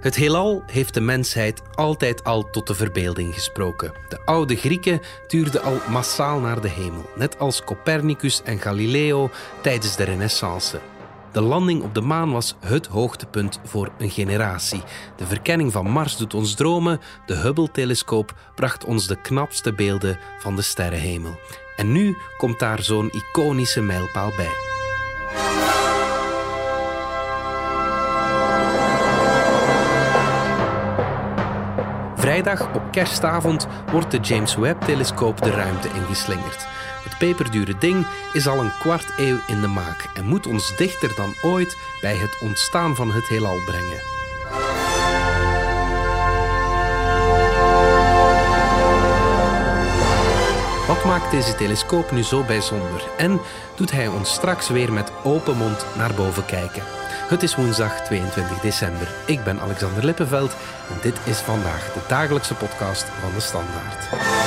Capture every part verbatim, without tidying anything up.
Het heelal heeft de mensheid altijd al tot de verbeelding gesproken. De oude Grieken tuurden al massaal naar de hemel, net als Copernicus en Galileo tijdens de Renaissance. De landing op de maan was het hoogtepunt voor een generatie. De verkenning van Mars doet ons dromen. De Hubble-telescoop bracht ons de knapste beelden van de sterrenhemel. En nu komt daar zo'n iconische mijlpaal bij. Vrijdag op kerstavond wordt de James Webb-telescoop de ruimte ingeslingerd. Het peperdure ding is al een kwart eeuw in de maak en moet ons dichter dan ooit bij het ontstaan van het heelal brengen. Wat maakt deze telescoop nu zo bijzonder? En doet hij ons straks weer met open mond naar boven kijken? Het is woensdag tweeëntwintig december. Ik ben Alexander Lippenveld en dit is vandaag de dagelijkse podcast van de Standaard.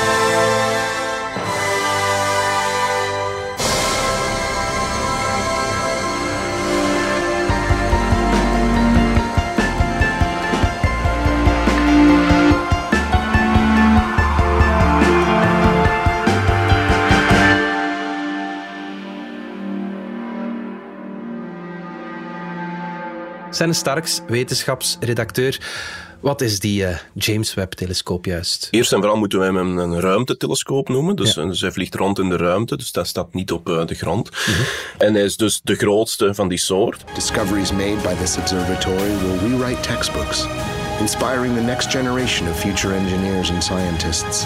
Senne Starks, wetenschapsredacteur. Wat is die uh, James Webb-telescoop juist? Eerst en vooral moeten wij hem een ruimtetelescoop noemen. Dus, ja. dus hij vliegt rond in de ruimte, dus dat staat niet op uh, de grond. Mm-hmm. En hij is dus de grootste van die soort. Discoveries made by this observatory will rewrite textbooks, inspiring the next generation of future engineers and scientists.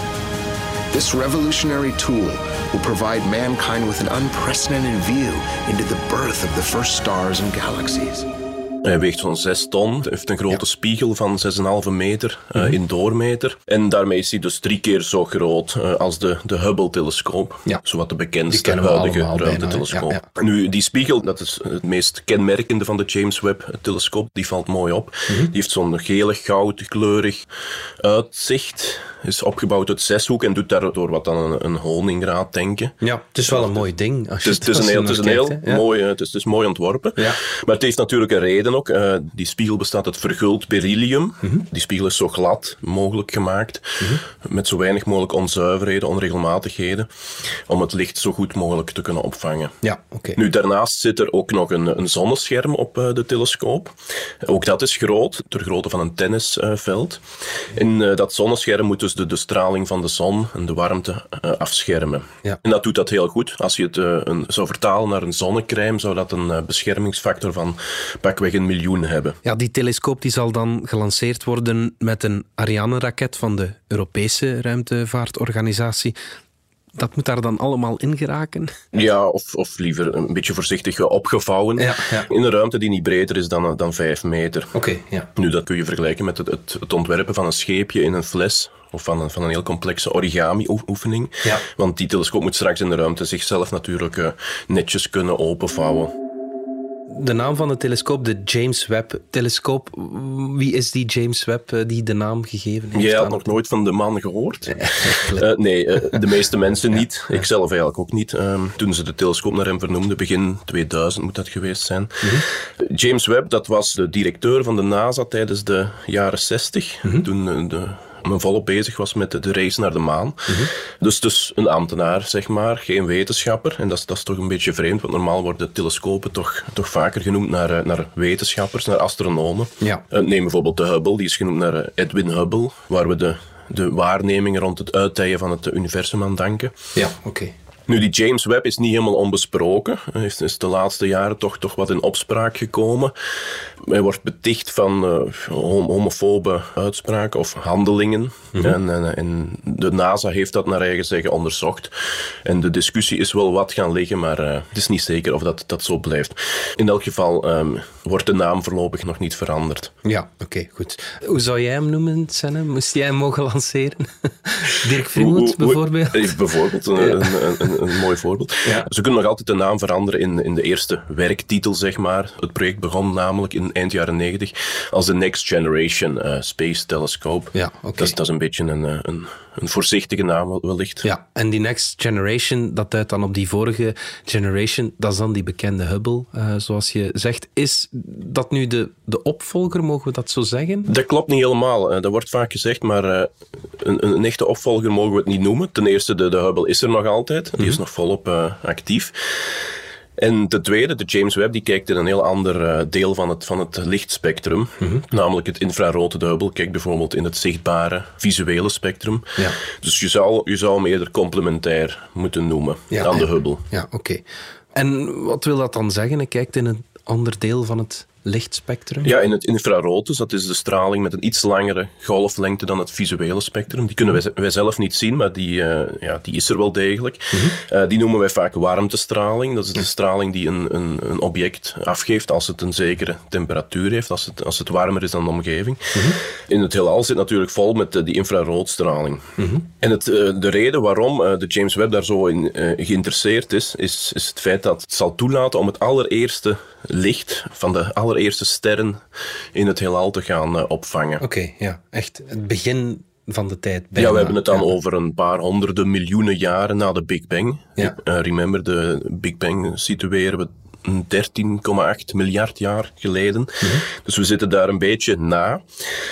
This revolutionary tool will provide mankind with an unprecedented view into the birth of the first stars and galaxies. Hij weegt zo'n zes ton, heeft een grote ja. spiegel van zes komma vijf meter uh, mm-hmm. in doormeter. En daarmee is hij dus drie keer zo groot uh, als de, de Hubble-telescoop. Ja. Zowat de bekendste huidige ruimtetelescoop. Ja, ja. Nu, die spiegel, dat is het meest kenmerkende van de James Webb-telescoop. Die valt mooi op. Mm-hmm. Die heeft zo'n gelig, goudkleurig uitzicht. Is opgebouwd uit zeshoek en doet daardoor wat aan een, een honingraad denken. Ja, het is wel een mooi ding. Als je het, het is een heel, het is een heel kijkt, ja. mooi, het is, het is mooi ontworpen. Ja. Maar het heeft natuurlijk een reden ook. Uh, die spiegel bestaat uit verguld beryllium. Mm-hmm. Die spiegel is zo glad mogelijk gemaakt. Mm-hmm. Met zo weinig mogelijk onzuiverheden, onregelmatigheden. Om het licht zo goed mogelijk te kunnen opvangen. Ja, okay. Nu, daarnaast zit er ook nog een, een zonnescherm op uh, de telescoop. Ook dat is groot, ter grootte van een tennisveld. Uh, en uh, dat zonnescherm moet dus de, de straling van de zon en de warmte uh, afschermen. Ja. En dat doet dat heel goed. Als je het uh, een, zou vertalen naar een zonnecrème, zou dat een uh, beschermingsfactor van pakweg een miljoen hebben. Ja, die telescoop die zal dan gelanceerd worden met een Ariane-raket van de Europese ruimtevaartorganisatie. Dat moet daar dan allemaal in geraken? Ja, of, of liever een beetje voorzichtig opgevouwen. Ja, ja. In een ruimte die niet breder is dan, dan vijf meter. Oké, okay, ja. Nu, dat kun je vergelijken met het, het, het ontwerpen van een scheepje in een fles. Of van een, van een heel complexe origami-oefening. Ja. Want die telescoop moet straks in de ruimte zichzelf natuurlijk uh, netjes kunnen openvouwen. De naam van de telescoop, de James Webb-telescoop. Wie is die James Webb die de naam gegeven heeft? Jij had nog nooit van de man gehoord? uh, nee, uh, de meeste mensen niet. Ja. Ik zelf eigenlijk ook niet. Uh, toen ze de telescoop naar hem vernoemden, begin tweeduizend moet dat geweest zijn. Mm-hmm. James Webb, dat was de directeur van de NASA tijdens de jaren zestig. Mm-hmm. Toen uh, de... men volop bezig was met de, de race naar de maan. Mm-hmm. Dus, dus een ambtenaar, zeg maar, geen wetenschapper. En dat is, dat is toch een beetje vreemd, want normaal worden telescopen toch, toch vaker genoemd naar, naar wetenschappers, naar astronomen. Ja. Uh, neem bijvoorbeeld de Hubble, die is genoemd naar Edwin Hubble, waar we de, de waarnemingen rond het uitdijen van het universum aan danken. Ja, oké. Okay. Nu, die James Webb is niet helemaal onbesproken. Hij is, is de laatste jaren toch, toch wat in opspraak gekomen. Hij wordt beticht van uh, homofobe uitspraken of handelingen. Mm-hmm. En, en, en de NASA heeft dat naar eigen zeggen onderzocht. En de discussie is wel wat gaan liggen, maar uh, het is niet zeker of dat, dat zo blijft. In elk geval um, wordt de naam voorlopig nog niet veranderd. Ja, oké, okay, goed. Hoe zou jij hem noemen, Senne? Moest jij hem mogen lanceren? Dirk Vriemelt, bijvoorbeeld? Bijvoorbeeld een, ja. een, een, een mooi voorbeeld. Ja. Ze kunnen nog altijd de naam veranderen in, in de eerste werktitel, zeg maar. Het project begon namelijk in eind jaren negentig als de Next Generation uh, Space Telescope. Ja, okay. dat, is, dat is een beetje een, een, een voorzichtige naam wellicht. Ja, en die Next Generation, dat duidt dan op die vorige generation, dat is dan die bekende Hubble, uh, zoals je zegt. Is dat nu de, de opvolger, mogen we dat zo zeggen? Dat klopt niet helemaal. Uh, dat wordt vaak gezegd, maar uh, een, een echte opvolger mogen we het niet noemen. Ten eerste, de, de Hubble is er nog altijd. Die mm-hmm. is nog volop uh, actief. En ten tweede, de James Webb, die kijkt in een heel ander uh, deel van het, van het lichtspectrum. Mm-hmm. Namelijk het infrarood. De Hubble kijkt bijvoorbeeld in het zichtbare visuele spectrum. Ja. Dus je zou, je zou hem eerder complementair moeten noemen ja, aan de Hubble. Ja, oké. Okay. En wat wil dat dan zeggen? Hij kijkt in een ander deel van het lichtspectrum? Ja, in het infrarood, dus dat is de straling met een iets langere golflengte dan het visuele spectrum. Die kunnen wij, wij zelf niet zien, maar die, uh, ja, die is er wel degelijk. Mm-hmm. Uh, die noemen wij vaak warmtestraling. Dat is de straling die een, een, een object afgeeft als het een zekere temperatuur heeft, als het, als het warmer is dan de omgeving. Mm-hmm. In het heelal zit natuurlijk vol met uh, die infraroodstraling. Mm-hmm. En het, uh, de reden waarom uh, de James Webb daar zo in uh, geïnteresseerd is, is, is het feit dat het zal toelaten om het allereerste licht van de allereerste sterren in het heelal te gaan uh, opvangen. Oké, okay, ja. Echt het begin van de tijd. Bijna. Ja, we hebben het dan ja. over een paar honderden miljoenen jaren na de Big Bang. Ja. Uh, remember, de Big Bang situeren we dertien komma acht miljard jaar geleden. Mm-hmm. Dus we zitten daar een beetje na.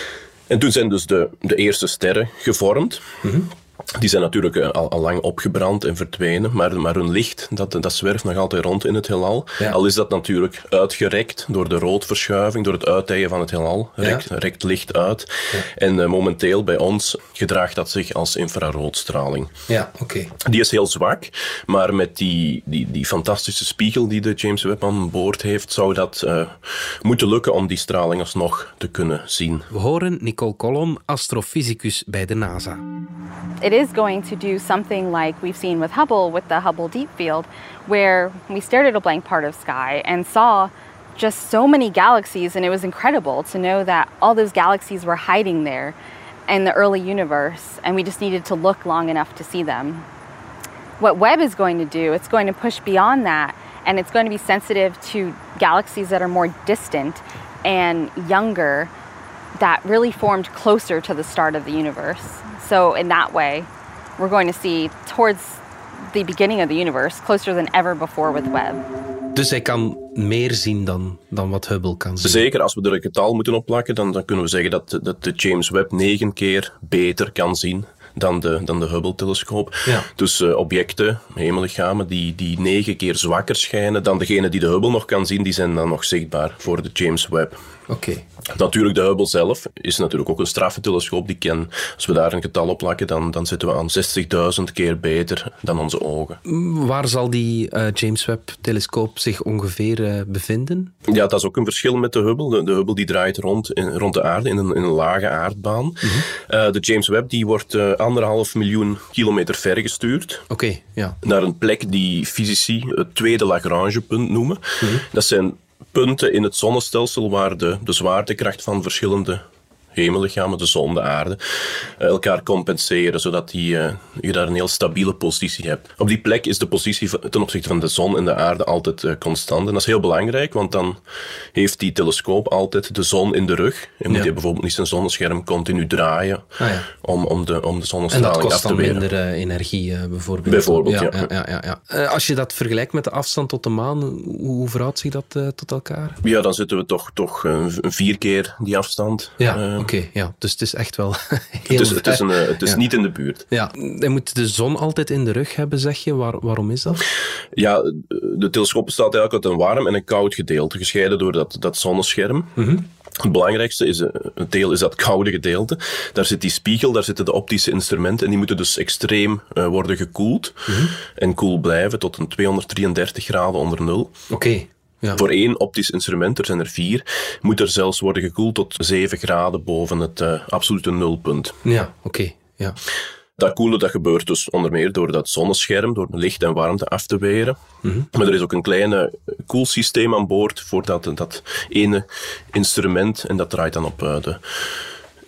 En toen zijn dus de, de eerste sterren gevormd. Mm-hmm. Die zijn natuurlijk al, al lang opgebrand en verdwenen, maar, maar hun licht, dat, dat zwerft nog altijd rond in het heelal. Ja. Al is dat natuurlijk uitgerekt door de roodverschuiving, door het uitdijen van het heelal, rekt, ja. rekt licht uit. Ja. En uh, momenteel bij ons gedraagt dat zich als infraroodstraling. Ja, oké. Okay. Die is heel zwak, maar met die, die, die fantastische spiegel die de James Webb aan boord heeft, zou dat uh, moeten lukken om die straling alsnog te kunnen zien. We horen Nicole Collon, astrofysicus bij de NASA. It is going to do something like we've seen with Hubble, with the Hubble Deep Field, where we stared at a blank part of sky and saw just so many galaxies, and it was incredible to know that all those galaxies were hiding there in the early universe, and we just needed to look long enough to see them. What Webb is going to do, it's going to push beyond that, and it's going to be sensitive to galaxies that are more distant and younger, that really formed closer to the start of the universe. So in that way, we're going to see towards the beginning of the universe, closer than ever before with Webb. Dus hij kan meer zien dan, dan wat Hubble kan zien? Zeker, als we er een getal moeten opplakken, dan, dan kunnen we zeggen dat, dat de James Webb negen keer beter kan zien dan de, dan de Hubble-telescoop. Ja. Dus uh, objecten, hemellichamen, die, die negen keer zwakker schijnen dan degene die de Hubble nog kan zien, die zijn dan nog zichtbaar voor de James Webb. Oké. Okay. Natuurlijk, de Hubble zelf is natuurlijk ook een straffe telescoop. Die kan, als we daar een getal op plakken, dan, dan zitten we aan zestigduizend keer beter dan onze ogen. Waar zal die uh, James Webb-telescoop zich ongeveer uh, bevinden? Ja, dat is ook een verschil met de Hubble. De, de Hubble die draait rond, in, rond de aarde in een, in een lage aardbaan. Mm-hmm. Uh, de James Webb die wordt uh, anderhalf miljoen kilometer ver gestuurd. Oké, okay, ja. Naar een plek die fysici het tweede Lagrange-punt noemen. Mm-hmm. Dat zijn punten in het zonnestelsel waar de, de zwaartekracht van verschillende hemellichamen, de zon, de aarde, elkaar compenseren, zodat die, uh, je daar een heel stabiele positie hebt. Op die plek is de positie ten opzichte van de zon en de aarde altijd uh, constant. En dat is heel belangrijk, want dan heeft die telescoop altijd de zon in de rug. En moet ja. je bijvoorbeeld niet zijn zonnescherm continu draaien ah, ja. om, om, de, om de zonnestraling af te weren. En dat kost dan minder uh, energie, uh, bijvoorbeeld. Bijvoorbeeld, ja. ja. ja, ja, ja, ja. Uh, als je dat vergelijkt met de afstand tot de maan, hoe, hoe verhoudt zich dat uh, tot elkaar? Ja, dan zitten we toch, toch uh, vier keer die afstand. Ja. Uh, Oké, okay, ja, dus het is echt wel heel Het is, het is, een, het is ja. niet in de buurt. Ja, hij moet de zon altijd in de rug hebben, zeg je. Waar, waarom is dat? Ja, de telescoop bestaat eigenlijk uit een warm en een koud gedeelte, gescheiden door dat, dat zonnescherm. Mm-hmm. Het belangrijkste is, het deel is dat koude gedeelte. Daar zit die spiegel, daar zitten de optische instrumenten en die moeten dus extreem uh, worden gekoeld mm-hmm. en koel blijven tot een tweehonderddrieëndertig graden onder nul. Oké. Okay. Ja. Voor één optisch instrument, er zijn er vier, moet er zelfs worden gekoeld tot zeven graden boven het uh, absolute nulpunt. Ja, oké. Okay. Ja. Dat koelen dat gebeurt dus onder meer door dat zonnescherm, door licht en warmte af te weren. Mm-hmm. Maar er is ook een klein koelsysteem aan boord voor dat, dat ene instrument en dat draait dan op uh, de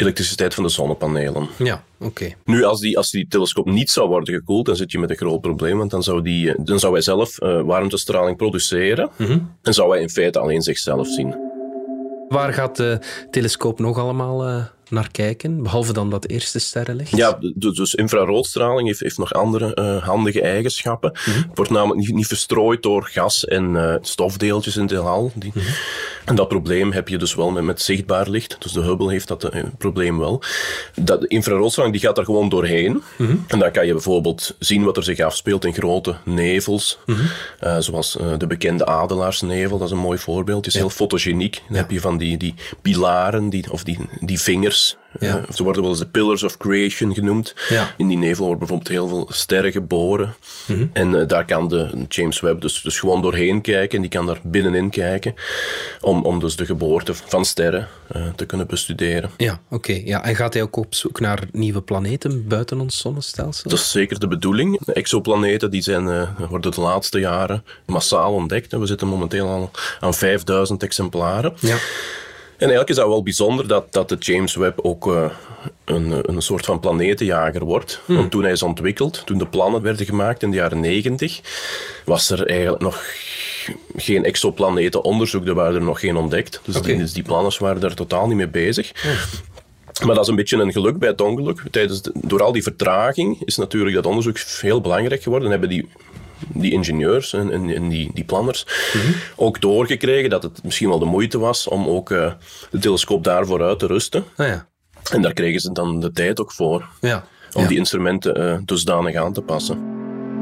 elektriciteit van de zonnepanelen. Ja, oké. Okay. Nu, als die, als die telescoop niet zou worden gekoeld, dan zit je met een groot probleem, want dan zou, die, dan zou hij zelf uh, warmtestraling produceren mm-hmm. en zou hij in feite alleen zichzelf zien. Waar gaat de telescoop nog allemaal uh, naar kijken, behalve dan dat eerste sterrenlicht? Ja, dus infraroodstraling heeft, heeft nog andere uh, handige eigenschappen. Mm-hmm. Het wordt namelijk niet, niet verstrooid door gas en uh, stofdeeltjes in het heelal. Die... Mm-hmm. En dat probleem heb je dus wel met, met zichtbaar licht. Dus de Hubble heeft dat uh, probleem wel. Dat, de infraroodstraling die gaat daar gewoon doorheen. Mm-hmm. En dan kan je bijvoorbeeld zien wat er zich afspeelt in grote nevels. Mm-hmm. Uh, zoals uh, de bekende adelaarsnevel, dat is een mooi voorbeeld. Het is ja. heel fotogeniek. Dan ja. heb je van die, die pilaren, die, of die, die vingers. Ja. Uh, ze worden wel eens de Pillars of Creation genoemd. Ja. In die nevel worden bijvoorbeeld heel veel sterren geboren. Mm-hmm. En uh, daar kan de James Webb dus, dus gewoon doorheen kijken. En die kan daar binnenin kijken. Om, om dus de geboorte van sterren uh, te kunnen bestuderen. Ja, oké. Okay. Ja, en gaat hij ook op zoek naar nieuwe planeten buiten ons zonnestelsel? Dat is zeker de bedoeling. De exoplaneten die zijn, uh, worden de laatste jaren massaal ontdekt. We zitten momenteel al aan vijfduizend exemplaren. Ja. En eigenlijk is dat wel bijzonder dat, dat de James Webb ook uh, een, een soort van planetenjager wordt. Hmm. Want toen hij is ontwikkeld, toen de plannen werden gemaakt in de jaren negentig, was er eigenlijk nog geen exoplanetenonderzoek, er waren er nog geen ontdekt. Dus okay. die, die plannen waren daar totaal niet mee bezig. Hmm. Maar dat is een beetje een geluk bij het ongeluk. Tijdens de, door al die vertraging is natuurlijk dat onderzoek heel belangrijk geworden. En hebben die... die ingenieurs en, en, en die, die planners mm-hmm. ook doorgekregen dat het misschien wel de moeite was om ook uh, de telescoop daarvoor uit te rusten. Ah, ja. En daar kregen ze dan de tijd ook voor ja. om ja. die instrumenten uh, dusdanig aan te passen.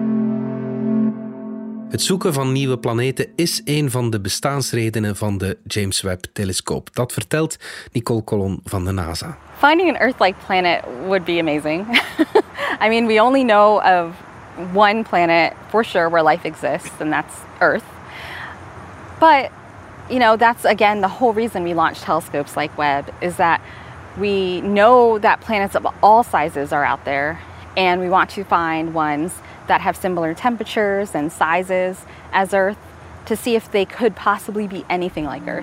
Het zoeken van nieuwe planeten is een van de bestaansredenen van de James Webb-telescoop. Dat vertelt Nicole Colon van de NASA. Finding an Earth-like planet would be amazing. I mean, we only know of one planet for sure where life exists, and that's Earth. But, you know, that's again the whole reason we launch telescopes like Webb, is that we know that planets of all sizes are out there, and we want to find ones that have similar temperatures and sizes as Earth to see if they could possibly be anything like Earth.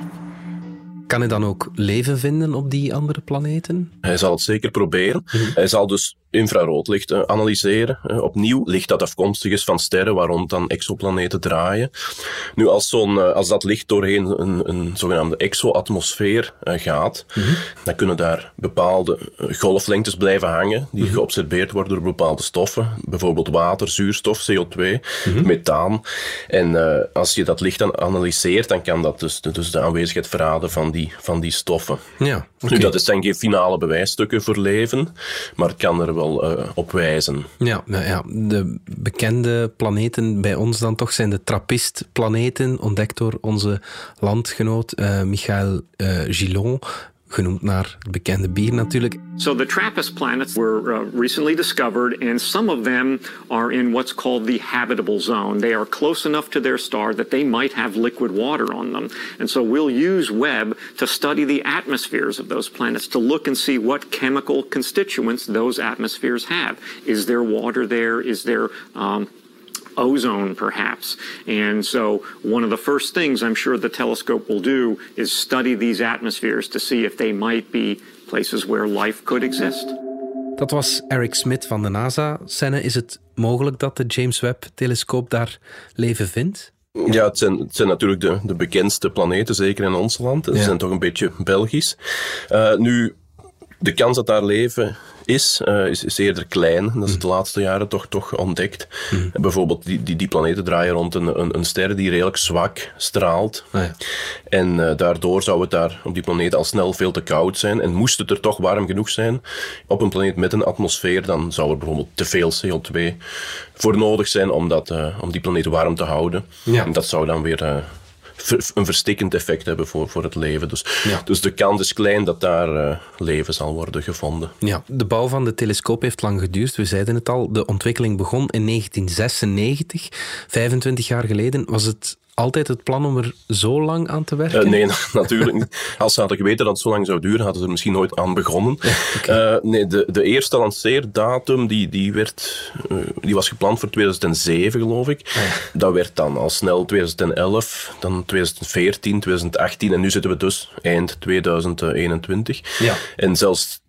Kan hij dan ook leven vinden op die andere planeten? Hij zal het zeker proberen. Mm-hmm. Hij zal dus infraroodlicht uh, analyseren. Uh, opnieuw licht dat afkomstig is van sterren waar rond dan exoplaneten draaien. Nu, als, zo'n, uh, als dat licht doorheen een, een zogenaamde exoatmosfeer uh, gaat, mm-hmm. dan kunnen daar bepaalde uh, golflengtes blijven hangen die mm-hmm. geobserveerd worden door bepaalde stoffen. Bijvoorbeeld water, zuurstof, C O twee, mm-hmm. methaan. En uh, als je dat licht dan analyseert, dan kan dat dus, dus de aanwezigheid verraden van die, van die stoffen. Ja, okay. Nu, dat is dan geen finale bewijsstukken voor leven, maar het kan er wel Uh, op wijzen. Ja, nou ja, de bekende planeten bij ons dan toch zijn de Trappist-planeten, ontdekt door onze landgenoot uh, Michael uh, Gillon, genoemd naar het bekende bier natuurlijk. So the TRAPPIST planets were uh, recently discovered, and some of them are in what's called the habitable zone. They are close enough to their star that they might have liquid water on them. And so we'll use Webb to study the atmospheres of those planets to look and see what chemical constituents those atmospheres have. Is there water there? Is there um, ozone, perhaps. And so one of the first things I'm sure the telescope will do is study these atmospheres to see if they might be places where life could exist. Dat was Eric Smith van de NASA. Senne, is het mogelijk dat de James Webb-telescoop daar leven vindt? Ja, het zijn, het zijn natuurlijk de, de bekendste planeten, zeker in ons land. Ze ja. zijn toch een beetje Belgisch. Uh, nu, de kans dat daar leven is, uh, is, is eerder klein. Dat is mm. de laatste jaren toch, toch ontdekt. Mm. Bijvoorbeeld, die, die, die planeten draaien rond een, een, een ster die redelijk zwak straalt. Ah, ja. En uh, daardoor zou het daar op die planeet al snel veel te koud zijn. En moest het er toch warm genoeg zijn op een planeet met een atmosfeer, dan zou er bijvoorbeeld te veel C O twee voor nodig zijn om, dat, uh, om die planeet warm te houden. Ja. En dat zou dan weer Uh, een verstikkend effect hebben voor, voor het leven. Dus, ja. dus de kans is klein dat daar uh, leven zal worden gevonden. Ja, de bouw van de telescoop heeft lang geduurd. We zeiden het al, de ontwikkeling begon in negentien zesennegentig. vijfentwintig jaar geleden. Was het altijd het plan om er zo lang aan te werken? Uh, nee, natuurlijk niet. Als ze hadden geweten dat het zo lang zou duren, hadden ze er misschien nooit aan begonnen. Ja, okay. uh, nee, de, de eerste lanceerdatum die, die, werd, uh, die was gepland voor tweeduizend zeven, geloof ik. Ah, ja. Dat werd dan al snel tweeduizend elf, dan tweeduizend veertien, tweeduizend achttien en nu zitten we dus eind tweeduizend eenentwintig. Ja. En zelfs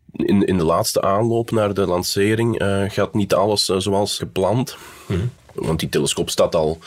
in, in de laatste aanloop naar de lancering uh, gaat niet alles uh, zoals gepland. Mm-hmm. Want die telescoop staat al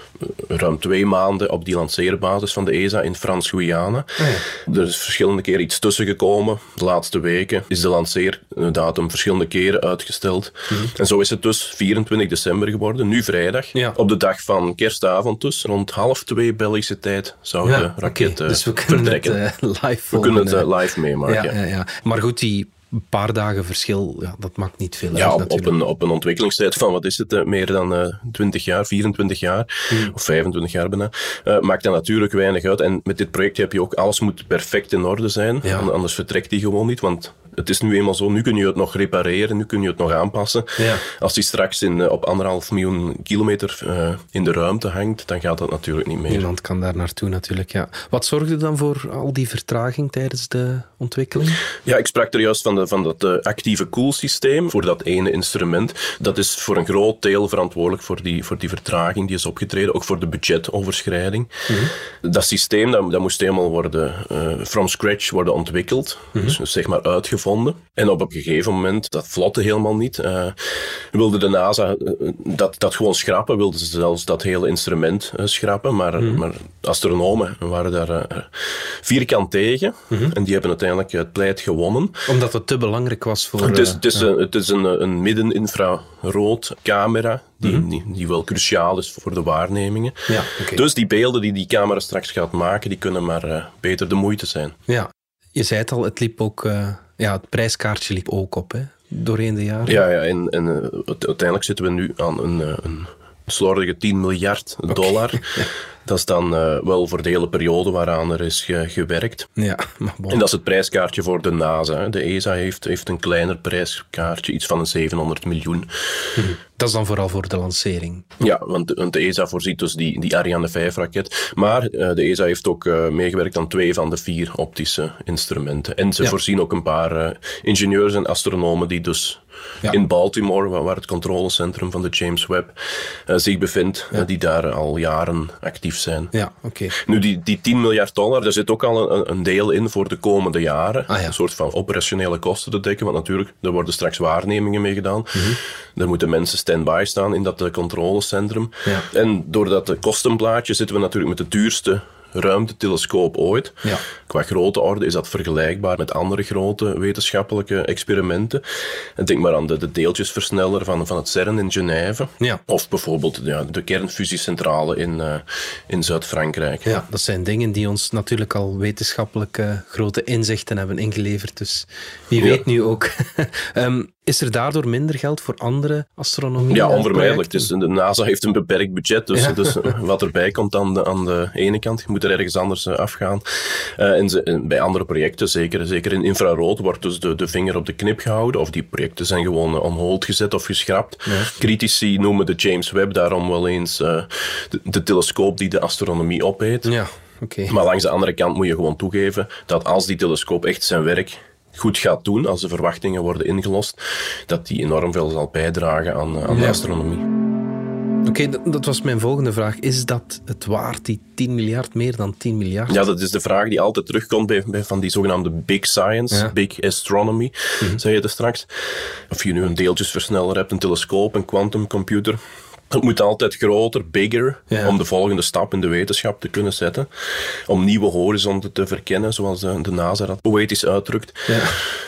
ruim twee maanden op die lanceerbasis van de E S A in Frans-Guyana. Oh ja. Er is verschillende keren iets tussen gekomen. De laatste weken is de lanceerdatum verschillende keren uitgesteld. Mm-hmm. En zo is het dus vierentwintig december geworden, nu vrijdag. Ja. Op de dag van kerstavond dus, rond half twee Belgische tijd, zou ja, de raket okay. dus we vertrekken. Het, uh, live we kunnen het uh, live meemaken. Ja, ja, ja. Maar goed, die een paar dagen verschil, ja, dat maakt niet veel uit. Ja, op, natuurlijk. op, een, op een ontwikkelingstijd van, wat is het, uh, meer dan uh, twintig jaar, vierentwintig jaar, hmm. of vijfentwintig jaar bijna, uh, maakt dat natuurlijk weinig uit. En met dit project heb je ook, alles moet perfect in orde zijn, ja. anders vertrekt die gewoon niet, want het is nu eenmaal zo, nu kun je het nog repareren, nu kun je het nog aanpassen. Ja. Als die straks in, uh, op anderhalf miljoen kilometer uh, in de ruimte hangt, dan gaat dat natuurlijk niet meer. Niemand kan daar naartoe natuurlijk, ja. Wat zorgde dan voor al die vertraging tijdens de ontwikkeling? Ja, ik sprak er juist van, de, van dat uh, actieve koelsysteem voor dat ene instrument. Dat is voor een groot deel verantwoordelijk voor die, voor die vertraging die is opgetreden, ook voor de budgetoverschrijding. Mm-hmm. Dat systeem, dat, dat moest helemaal worden, uh, from scratch worden ontwikkeld, mm-hmm. dus zeg maar uitgevoerd. En op een gegeven moment, dat vlotte helemaal niet, uh, wilde de NASA uh, dat, dat gewoon schrappen, wilden ze zelfs dat hele instrument uh, schrappen, maar, mm-hmm. maar astronomen waren daar uh, vierkant tegen mm-hmm. en die hebben uiteindelijk het pleit gewonnen. Omdat het te belangrijk was voor... Het is, het is, uh, een, het is een, een middeninfrarood camera die, mm-hmm. die, die wel cruciaal is voor de waarnemingen. Ja, okay. Dus die beelden die die camera straks gaat maken, die kunnen maar uh, beter de moeite zijn. Ja, je zei het al, het liep ook... Uh... Ja, het prijskaartje liep ook op, hè, doorheen de jaren. Ja, ja en, en uh, uiteindelijk zitten we nu aan een, uh, een slordige tien miljard dollar. Okay. Dat is dan uh, wel voor de hele periode waaraan er is ge- gewerkt. Ja, maar bon. En dat is het prijskaartje voor de NASA. De E S A heeft, heeft een kleiner prijskaartje, iets van een zevenhonderd miljoen. Hmm. Dat is dan vooral voor de lancering. Ja, want de, want de E S A voorziet dus die, die Ariane vijf raket. Maar uh, de E S A heeft ook uh, meegewerkt aan twee van de vier optische instrumenten. En ze ja. voorzien ook een paar uh, ingenieurs en astronomen die dus... Ja. In Baltimore, waar het controlecentrum van de James Webb uh, zich bevindt, ja. uh, die daar al jaren actief zijn. Ja, okay. Nu, die, die tien miljard dollar, daar zit ook al een, een deel in voor de komende jaren. Ah, ja. Een soort van operationele kosten te dekken, want natuurlijk, er worden straks waarnemingen mee gedaan. Mm-hmm. Er moeten mensen stand-by staan in dat uh, controlecentrum. Ja. En door dat uh, kostenplaatje zitten we natuurlijk met de duurste ruimtetelescoop ooit. Ja. Qua grote orde is dat vergelijkbaar met andere grote wetenschappelijke experimenten. En denk maar aan de, de deeltjesversneller van, van het CERN in Genève. Ja. Of bijvoorbeeld ja, de kernfusiecentrale in, uh, in Zuid-Frankrijk. Ja, dat zijn dingen die ons natuurlijk al wetenschappelijke grote inzichten hebben ingeleverd. Dus wie weet ja. nu ook. um, Is er daardoor minder geld voor andere astronomie? Ja, onvermijdelijk. Dus de NASA heeft een beperkt budget, dus, ja. dus wat erbij komt aan de, aan de ene kant, je moet er ergens anders uh, afgaan. Uh, en, ze, en bij andere projecten, zeker, zeker in infrarood, wordt dus de, de vinger op de knip gehouden, of die projecten zijn gewoon uh, on hold gezet of geschrapt. Ja. Critici noemen de James Webb daarom wel eens uh, de, de telescoop die de astronomie opeet. Ja, okay. Maar langs de andere kant moet je gewoon toegeven dat als die telescoop echt zijn werk goed gaat doen, als de verwachtingen worden ingelost, dat die enorm veel zal bijdragen aan, aan ja. de astronomie. Oké, okay, dat, dat was mijn volgende vraag. Is dat het waard, die tien miljard, meer dan tien miljard? Ja, dat is de vraag die altijd terugkomt bij, bij van die zogenaamde big science, ja. big astronomy, mm-hmm. zei je er straks. Of je nu een deeltjesversneller hebt, een telescoop, een quantumcomputer. Het moet altijd groter, bigger, ja. om de volgende stap in de wetenschap te kunnen zetten. Om nieuwe horizonten te verkennen, zoals de, de NASA dat poëtisch uitdrukt. Ja.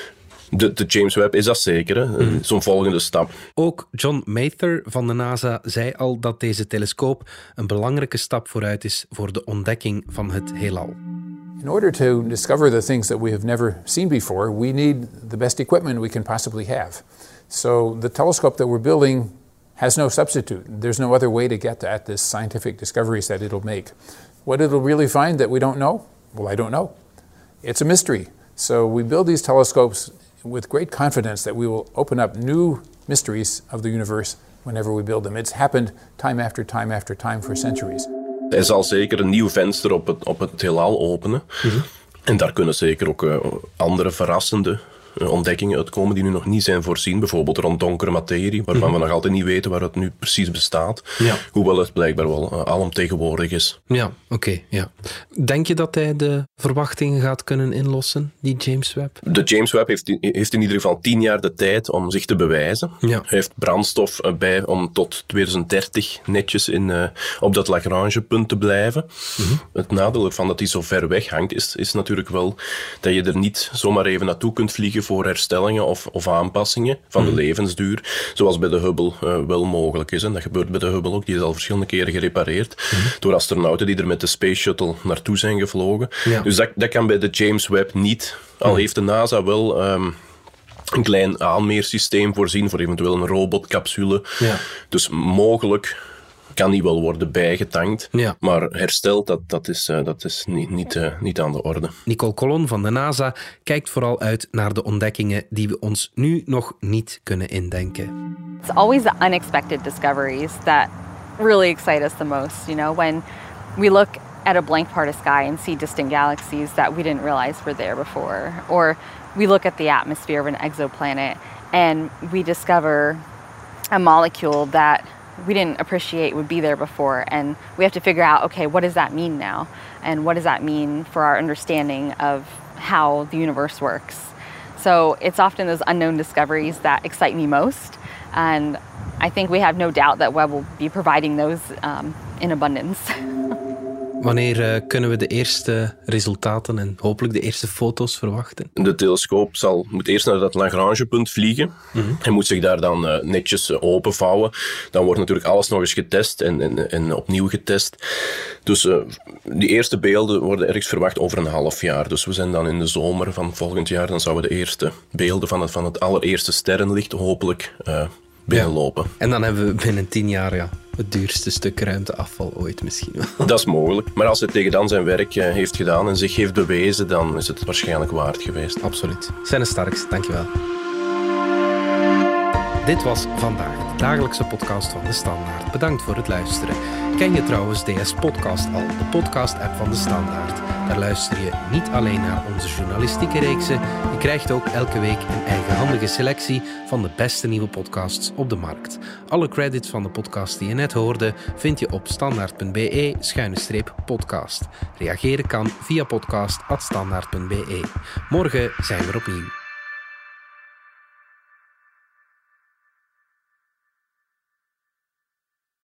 De, de James Webb is dat zeker, hè? Mm. Zo'n volgende stap. Ook John Mather van de NASA zei al dat deze telescoop een belangrijke stap vooruit is voor de ontdekking van het heelal. In order to discover the things that we have never seen before, we need the best equipment we can possibly have. So the telescope that we're building has no substitute. There's no other way to get at this scientific discoveries that it'll make. What it'll really find that we don't know? Well, I don't know. It's a mystery. So we build these telescopes with great confidence that we will open up new mysteries of the universe whenever we build them. It's happened time after time after time for centuries. Hij zal zeker een nieuw venster op het, op het heelal openen. Mm-hmm. En daar kunnen zeker ook uh, andere verrassende uh, ontdekkingen uitkomen die nu nog niet zijn voorzien. Bijvoorbeeld rond donkere materie, waarvan mm-hmm. we nog altijd niet weten waar het nu precies bestaat. Ja. Hoewel het blijkbaar wel uh, alomtegenwoordig is. Ja, oké. Okay, ja. Denk je dat hij de verwachtingen gaat kunnen inlossen, die James Webb? De James Webb heeft, heeft in ieder geval tien jaar de tijd om zich te bewijzen. Ja. Hij heeft brandstof bij om tot twintig dertig netjes in, uh, op dat Lagrangepunt te blijven. Mm-hmm. Het nadeel ervan dat hij zo ver weg hangt, is, is natuurlijk wel dat je er niet zomaar even naartoe kunt vliegen voor herstellingen of, of aanpassingen van mm-hmm. de levensduur, zoals bij de Hubble uh, wel mogelijk is. En dat gebeurt bij de Hubble ook, die is al verschillende keren gerepareerd mm-hmm. door astronauten die er met de Space Shuttle naartoe zijn gevlogen. Ja. Dus dat, dat kan bij de James Webb niet. Al mm-hmm. heeft de NASA wel um, een klein aanmeersysteem voorzien voor eventueel een robotcapsule. Ja. Dus mogelijk kan die wel worden bijgetankt, ja. maar hersteld, dat, dat is, uh, dat is niet, niet, uh, niet aan de orde. Nicole Colon van de NASA kijkt vooral uit naar de ontdekkingen die we ons nu nog niet kunnen indenken. It's always the unexpected discoveries that really excite us the most. You know, when we look at a blank part of sky and see distant galaxies that we didn't realize were there before, or we look at the atmosphere of an exoplanet and we discover a molecule that we didn't appreciate would be there before, and we have to figure out, okay, what does that mean now? And what does that mean for our understanding of how the universe works? So it's often those unknown discoveries that excite me most, and I think we have no doubt that Webb will be providing those um, in abundance. Wanneer uh, kunnen we de eerste resultaten en hopelijk de eerste foto's verwachten? De telescoop zal, moet eerst naar dat Lagrangepunt vliegen. Mm-hmm. Hij moet zich daar dan uh, netjes uh, openvouwen. Dan wordt natuurlijk alles nog eens getest en, en, en opnieuw getest. Dus uh, die eerste beelden worden ergens verwacht over een half jaar. Dus we zijn dan in de zomer van volgend jaar. Dan zouden we de eerste beelden van het, van het allereerste sterrenlicht hopelijk uh, binnenlopen. Ja. En dan hebben we binnen tien jaar ja, het duurste stuk ruimteafval ooit misschien wel. Dat is mogelijk. Maar als hij tegen dan zijn werk uh, heeft gedaan en zich heeft bewezen, dan is het waarschijnlijk waard geweest. Absoluut. Senne Starks, dankjewel. Dit was Vandaag, de dagelijkse podcast van De Standaard. Bedankt voor het luisteren. Ken je trouwens D S Podcast al, de podcast-app van De Standaard? Daar luister je niet alleen naar onze journalistieke reeksen, je krijgt ook elke week een eigenhandige selectie van de beste nieuwe podcasts op de markt. Alle credits van de podcast die je net hoorde vind je op standaard.be schuine streep podcast. Reageren kan via podcast at standaard punt be. Morgen zijn we er opnieuw.